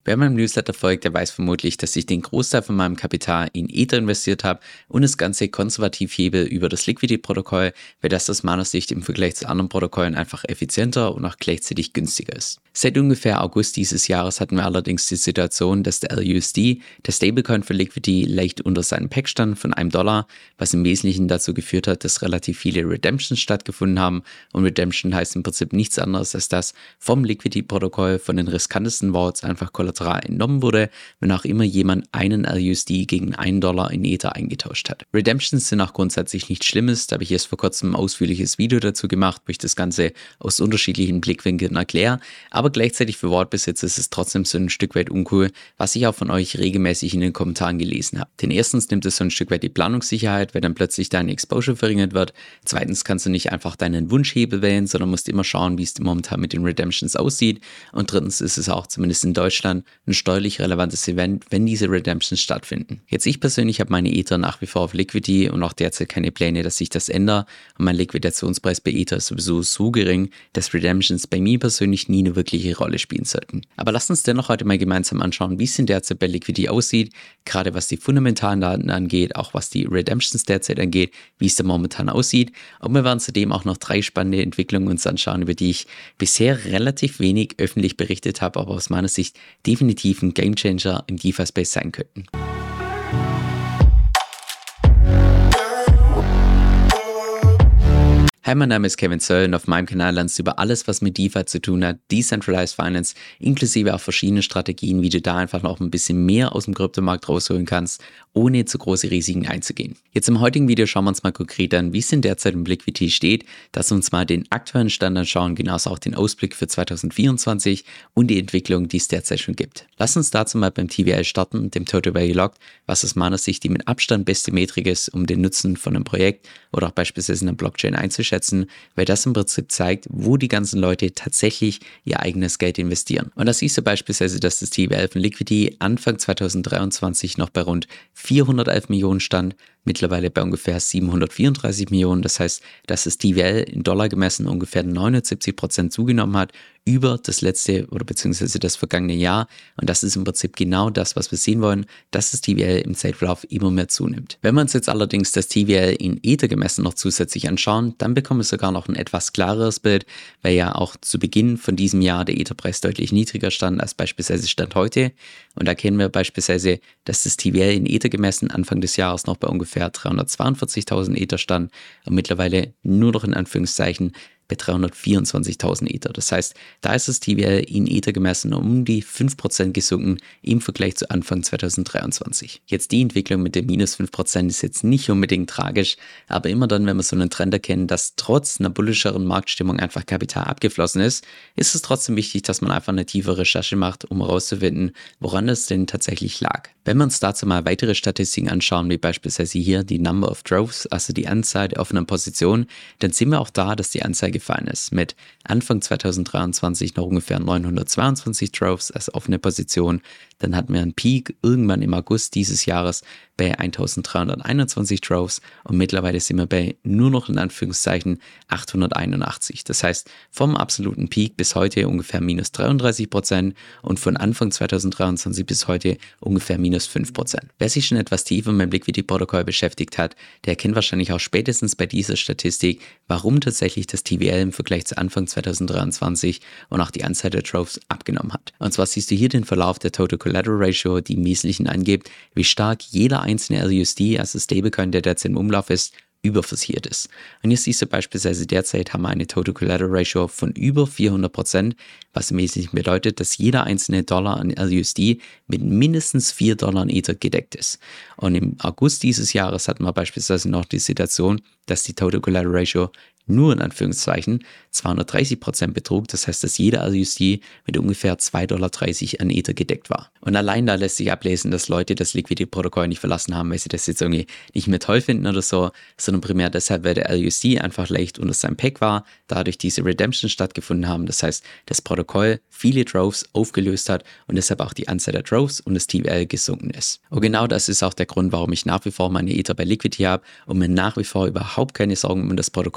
Wer meinem Newsletter folgt, der weiß vermutlich, dass ich den Großteil von meinem Kapital in Ether investiert habe und das Ganze konservativ hebe über das Liquidity-Protokoll, weil das aus meiner Sicht im Vergleich zu anderen Protokollen einfach effizienter und auch gleichzeitig günstiger ist. Seit ungefähr August dieses Jahres hatten wir allerdings die Situation, dass der LUSD, der Stablecoin für Liquidity, leicht unter seinem Peg stand von $1, was im Wesentlichen dazu geführt hat, dass relativ viele Redemptions stattgefunden haben. Und Redemption heißt im Prinzip nichts anderes, als dass vom Liquidity-Protokoll von den riskantesten Vaults einfach Kollateral entnommen wurde, wenn auch immer jemand einen LUSD gegen $1 in Ether eingetauscht hat. Redemptions sind auch grundsätzlich nichts Schlimmes, da habe ich erst vor kurzem ein ausführliches Video dazu gemacht, wo ich das Ganze aus unterschiedlichen Blickwinkeln erkläre, aber gleichzeitig für Wortbesitz ist es trotzdem so ein Stück weit uncool, was ich auch von euch regelmäßig in den Kommentaren gelesen habe. Denn erstens nimmt es so ein Stück weit die Planungssicherheit, weil dann plötzlich deine Exposure verringert wird. Zweitens kannst du nicht einfach deinen Wunschhebel wählen, sondern musst immer schauen, wie es momentan mit den Redemptions aussieht. Und drittens ist es auch zumindest in Deutschland ein steuerlich relevantes Event, wenn diese Redemptions stattfinden. Jetzt ich persönlich habe meine Ether nach wie vor auf Liquidity und auch derzeit keine Pläne, dass ich das ändere. Und mein Liquidationspreis bei Ether ist sowieso so gering, dass Redemptions bei mir persönlich nie eine wirkliche Rolle spielen sollten. Aber lasst uns dennoch heute mal gemeinsam anschauen, wie es denn derzeit bei Liquidity aussieht, gerade was die fundamentalen Daten angeht, auch was die Redemptions derzeit angeht, wie es da momentan aussieht. Und wir werden zudem auch noch 3 spannende Entwicklungen uns anschauen, über die ich bisher relativ wenig öffentlich berichtet habe, aber aus meiner Sicht definitiv ein Gamechanger im DeFi-Space sein könnten. Hi, mein Name ist Kevin Zöll und auf meinem Kanal lernst du über alles, was mit DeFi zu tun hat, Decentralized Finance, inklusive auch verschiedene Strategien, wie du da einfach noch ein bisschen mehr aus dem Kryptomarkt rausholen kannst, ohne zu große Risiken einzugehen. Jetzt im heutigen Video schauen wir uns mal konkret an, wie es denn derzeit im Liquidity steht, dass wir uns mal den aktuellen Stand anschauen, genauso auch den Ausblick für 2024 und die Entwicklung, die es derzeit schon gibt. Lass uns dazu mal beim TVL starten, dem Total Value Locked, was aus meiner Sicht die mit Abstand beste Metrik ist, um den Nutzen von einem Projekt oder auch beispielsweise einer Blockchain einzuschätzen, weil das im Prinzip zeigt, wo die ganzen Leute tatsächlich ihr eigenes Geld investieren. Und da siehst du beispielsweise, dass das TVL von Liquidity Anfang 2023 noch bei rund 411 Millionen stand, mittlerweile bei ungefähr 734 Millionen. Das heißt, dass das TVL in Dollar gemessen ungefähr 79% zugenommen hat über das letzte oder beziehungsweise das vergangene Jahr. Und das ist im Prinzip genau das, was wir sehen wollen, dass das TVL im Zeitverlauf immer mehr zunimmt. Wenn wir uns jetzt allerdings das TVL in Ether gemessen noch zusätzlich anschauen, dann bekommen wir sogar noch ein etwas klareres Bild, weil ja auch zu Beginn von diesem Jahr der Etherpreis deutlich niedriger stand als beispielsweise Stand heute. Und da kennen wir beispielsweise, dass das TVL in Ether gemessen Anfang des Jahres noch bei ungefähr 342.000 Ether stand und mittlerweile nur noch in Anführungszeichen bei 324.000 Ether. Das heißt, da ist das TVL in Ether gemessen um die 5% gesunken im Vergleich zu Anfang 2023. Jetzt die Entwicklung mit dem minus 5% ist jetzt nicht unbedingt tragisch, aber immer dann, wenn wir so einen Trend erkennen, dass trotz einer bullischeren Marktstimmung einfach Kapital abgeflossen ist, ist es trotzdem wichtig, dass man einfach eine tiefe Recherche macht, um herauszufinden, woran es denn tatsächlich lag. Wenn wir uns dazu mal weitere Statistiken anschauen, wie beispielsweise hier die Number of Droves, also die Anzahl der offenen Positionen, dann sehen wir auch da, dass die Anzahl gefallen ist. Mit Anfang 2023 noch ungefähr 922 Droves als offene Position. Dann hatten wir einen Peak irgendwann im August dieses Jahres bei 1321 Droves und mittlerweile sind wir bei nur noch in Anführungszeichen 881. Das heißt, vom absoluten Peak bis heute ungefähr minus 33% und von Anfang 2023 bis heute ungefähr minus 5%. Wer sich schon etwas tiefer mit dem Liquidity-Protokoll beschäftigt hat, der erkennt wahrscheinlich auch spätestens bei dieser Statistik, warum tatsächlich das TVL im Vergleich zu Anfang 2023 und auch die Anzahl der Droves abgenommen hat. Und zwar siehst du hier den Verlauf der Total Collateral Ratio, die im Wesentlichen angibt, wie stark jeder einzelne LUSD, also Stablecoin, der derzeit im Umlauf ist, überversichert ist. Und hier siehst du beispielsweise derzeit haben wir eine Total Collateral Ratio von über 400%, was im Wesentlichen bedeutet, dass jeder einzelne Dollar an LUSD mit mindestens $4 an Ether gedeckt ist. Und im August dieses Jahres hatten wir beispielsweise noch die Situation, dass die Total Collateral Ratio nur in Anführungszeichen 230% betrug. Das heißt, dass jeder LUSD mit ungefähr $2,30 an Ether gedeckt war. Und allein da lässt sich ablesen, dass Leute das Liquidity-Protokoll nicht verlassen haben, weil sie das jetzt irgendwie nicht mehr toll finden oder so, sondern primär deshalb, weil der LUSD einfach leicht unter seinem Peg war, dadurch diese Redemption stattgefunden haben. Das heißt, das Protokoll viele Droves aufgelöst hat und deshalb auch die Anzahl der Droves und das TVL gesunken ist. Und genau das ist auch der Grund, warum ich nach wie vor meine Ether bei Liquidity habe und mir nach wie vor überhaupt keine Sorgen um das Protokoll mache,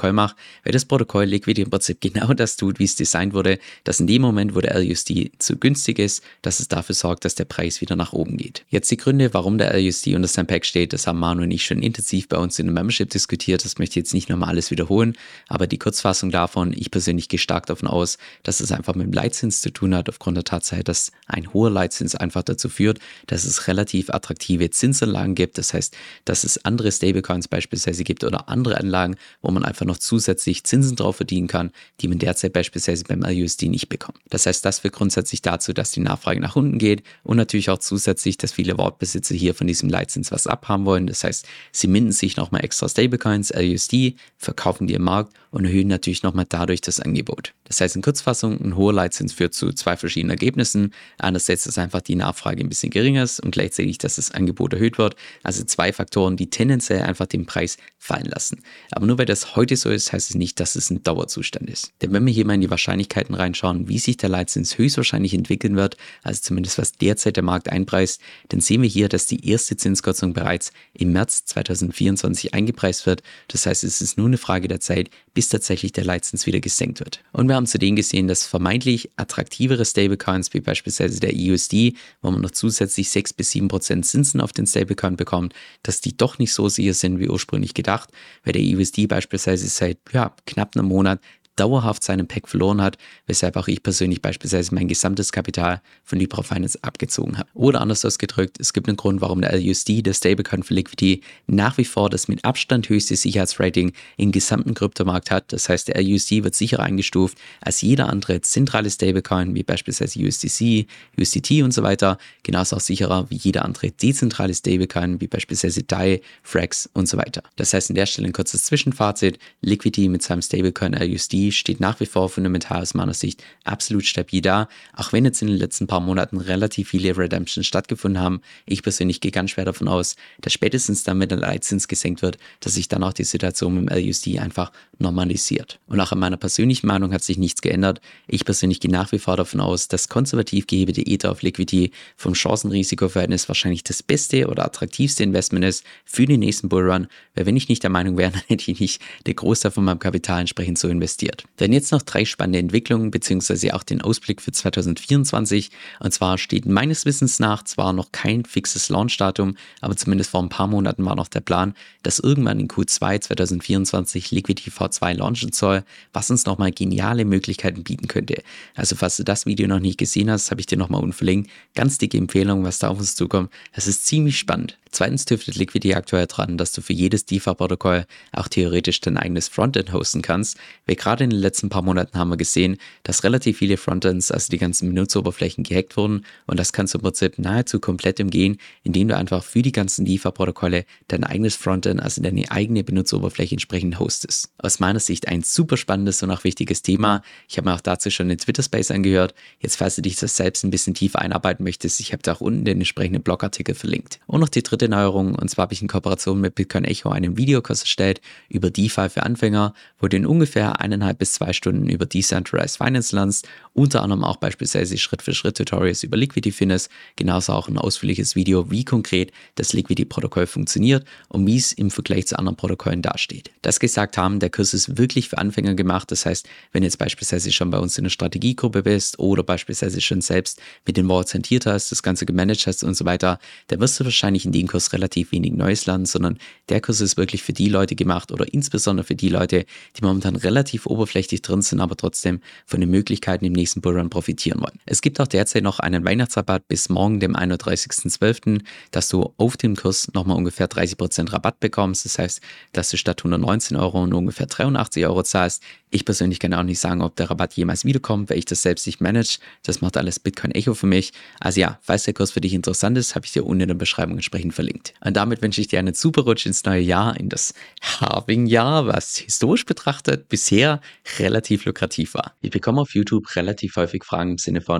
weil das Protokoll Liquidity im Prinzip genau das tut, wie es designt wurde, dass in dem Moment, wo der LUSD zu günstig ist, dass es dafür sorgt, dass der Preis wieder nach oben geht. Jetzt die Gründe, warum der LUSD unter seinem Pack steht, das haben Manu und ich schon intensiv bei uns in der Membership diskutiert, das möchte ich jetzt nicht nochmal alles wiederholen, aber die Kurzfassung davon, ich persönlich gehe stark davon aus, dass es einfach mit dem Leitzins zu tun hat, aufgrund der Tatsache, dass ein hoher Leitzins einfach dazu führt, dass es relativ attraktive Zinsanlagen gibt, das heißt, dass es andere Stablecoins beispielsweise gibt oder andere Anlagen, wo man einfach noch zusätzlich Zinsen drauf verdienen kann, die man derzeit beispielsweise beim LUSD nicht bekommt. Das heißt, das führt grundsätzlich dazu, dass die Nachfrage nach unten geht und natürlich auch zusätzlich, dass viele Wortbesitzer hier von diesem Leitzins was abhaben wollen. Das heißt, sie minden sich nochmal extra Stablecoins, LUSD, verkaufen die im Markt und erhöhen natürlich nochmal dadurch das Angebot. Das heißt in Kurzfassung, ein hoher Leitzins führt zu zwei verschiedenen Ergebnissen. Einerseits, dass einfach die Nachfrage ein bisschen geringer ist und gleichzeitig, dass das Angebot erhöht wird. Also zwei Faktoren, die tendenziell einfach den Preis fallen lassen. Aber nur weil das heute so ist, heißt es nicht, dass es ein Dauerzustand ist. Denn wenn wir hier mal in die Wahrscheinlichkeiten reinschauen, wie sich der Leitzins höchstwahrscheinlich entwickeln wird, also zumindest was derzeit der Markt einpreist, dann sehen wir hier, dass die erste Zinskürzung bereits im März 2024 eingepreist wird. Das heißt, es ist nur eine Frage der Zeit, bis tatsächlich der Leitzins wieder gesenkt wird. Und wir haben zudem gesehen, dass vermeintlich attraktivere Stablecoins, wie beispielsweise der EUSD, wo man noch zusätzlich 6-7% Zinsen auf den Stablecoin bekommt, dass die doch nicht so sicher sind wie ursprünglich gedacht, weil der EUSD beispielsweise seit knapp einem Monat dauerhaft seinen Pack verloren hat, weshalb auch ich persönlich beispielsweise mein gesamtes Kapital von Libra Finance abgezogen habe. Oder anders ausgedrückt, es gibt einen Grund, warum der LUSD, der Stablecoin für Liquidity, nach wie vor das mit Abstand höchste Sicherheitsrating im gesamten Kryptomarkt hat. Das heißt, der LUSD wird sicherer eingestuft als jeder andere zentrale Stablecoin, wie beispielsweise USDC, USDT und so weiter, genauso auch sicherer wie jeder andere dezentrale Stablecoin, wie beispielsweise DAI, Frax und so weiter. Das heißt, an der Stelle ein kurzes Zwischenfazit, Liquidity mit seinem Stablecoin LUSD steht nach wie vor fundamental aus meiner Sicht absolut stabil da, auch wenn jetzt in den letzten paar Monaten relativ viele Redemptions stattgefunden haben. Ich persönlich gehe ganz schwer davon aus, dass spätestens dann, wenn der Leitzins gesenkt wird, dass sich dann auch die Situation mit dem LUSD einfach normalisiert. Und auch an meiner persönlichen Meinung hat sich nichts geändert. Ich persönlich gehe nach wie vor davon aus, dass konservativ gehebete Ether auf Liquidity vom Chancen-Risiko-Verhältnis wahrscheinlich das beste oder attraktivste Investment ist für den nächsten Bullrun, weil wenn ich nicht der Meinung wäre, dann hätte ich nicht den Großteil von meinem Kapital entsprechend so investiert. Dann jetzt noch 3 spannende Entwicklungen bzw. auch den Ausblick für 2024. Und zwar steht meines Wissens nach zwar noch kein fixes Launchdatum, aber zumindest vor ein paar Monaten war noch der Plan, dass irgendwann in Q2 2024 Liquidity V2 launchen soll, was uns nochmal geniale Möglichkeiten bieten könnte. Also falls du das Video noch nicht gesehen hast, habe ich dir nochmal unverlinkt. Ganz dicke Empfehlung, was da auf uns zukommt. Das ist ziemlich spannend. Zweitens tüftelt Liquidity aktuell dran, dass du für jedes DeFi-Protokoll auch theoretisch dein eigenes Frontend hosten kannst. Weil gerade in den letzten paar Monaten haben wir gesehen, dass relativ viele Frontends, also die ganzen Benutzeroberflächen, gehackt wurden. Und das kannst du im Prinzip nahezu komplett umgehen, indem du einfach für die ganzen DeFi-Protokolle dein eigenes Frontend, also deine eigene Benutzeroberfläche entsprechend hostest. Aus meiner Sicht ein super spannendes und auch wichtiges Thema. Ich habe mir auch dazu schon den Twitter-Space angehört. Jetzt, falls du dich das selbst ein bisschen tiefer einarbeiten möchtest, ich habe da auch unten den entsprechenden Blogartikel verlinkt. Und noch die dritte Neuerung, und zwar habe ich in Kooperation mit Bitcoin Echo einen Videokurs erstellt über DeFi für Anfänger, wo du in ungefähr 1,5 bis 2 Stunden über Decentralized Finance lernst, unter anderem auch beispielsweise Schritt-für-Schritt-Tutorials über Liquidity findest, genauso auch ein ausführliches Video, wie konkret das Liquidity-Protokoll funktioniert und wie es im Vergleich zu anderen Protokollen dasteht. Das gesagt haben, der Kurs ist wirklich für Anfänger gemacht, das heißt, wenn du jetzt beispielsweise schon bei uns in der Strategiegruppe bist oder beispielsweise schon selbst mit den Wallets hantiert hast, das Ganze gemanagt hast und so weiter, dann wirst du wahrscheinlich in dem Kurs relativ wenig Neues lernen, sondern der Kurs ist wirklich für die Leute gemacht oder insbesondere für die Leute, die momentan relativ oberflächlich drin sind, aber trotzdem von den Möglichkeiten im nächsten Bullrun profitieren wollen. Es gibt auch derzeit noch einen Weihnachtsrabatt bis morgen, dem 31.12., dass du auf dem Kurs nochmal ungefähr 30% Rabatt bekommst. Das heißt, dass du statt 119 Euro nur ungefähr 83 Euro zahlst. Ich persönlich kann auch nicht sagen, ob der Rabatt jemals wiederkommt, weil ich das selbst nicht manage. Das macht alles Bitcoin Echo für mich. Also ja, falls der Kurs für dich interessant ist, habe ich dir unten in der Beschreibung entsprechend verlinkt. Und damit wünsche ich dir einen super Rutsch ins neue Jahr, in das Halving-Jahr, was historisch betrachtet bisher relativ lukrativ war. Ich bekomme auf YouTube relativ häufig Fragen im Sinne von: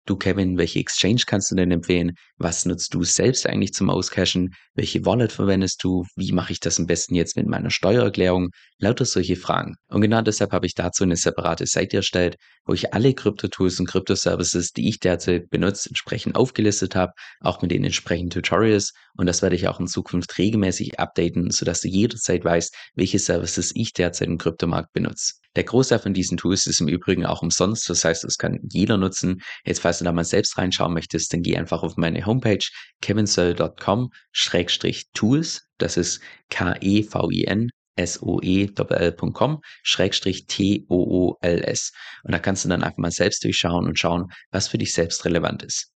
du Kevin, welche Exchange kannst du denn empfehlen? Was nutzt du selbst eigentlich zum Auscashen? Welche Wallet verwendest du? Wie mache ich das am besten jetzt mit meiner Steuererklärung? Lauter solche Fragen. Und genau deshalb habe ich dazu eine separate Seite erstellt, wo ich alle Krypto-Tools und Krypto-Services, die ich derzeit benutze, entsprechend aufgelistet habe, auch mit den entsprechenden Tutorials. Und das werde ich auch in Zukunft regelmäßig updaten, sodass du jederzeit weißt, welche Services ich derzeit im Kryptomarkt benutze. Der Großteil von diesen Tools ist im Übrigen auch umsonst, das heißt, das kann jeder nutzen. Jetzt, falls du da mal selbst reinschauen möchtest, dann geh einfach auf meine Homepage kevinsoe.com/tools. Das ist KEVINSOE.com/TOOLS. Und da kannst du dann einfach mal selbst durchschauen und schauen, was für dich selbst relevant ist.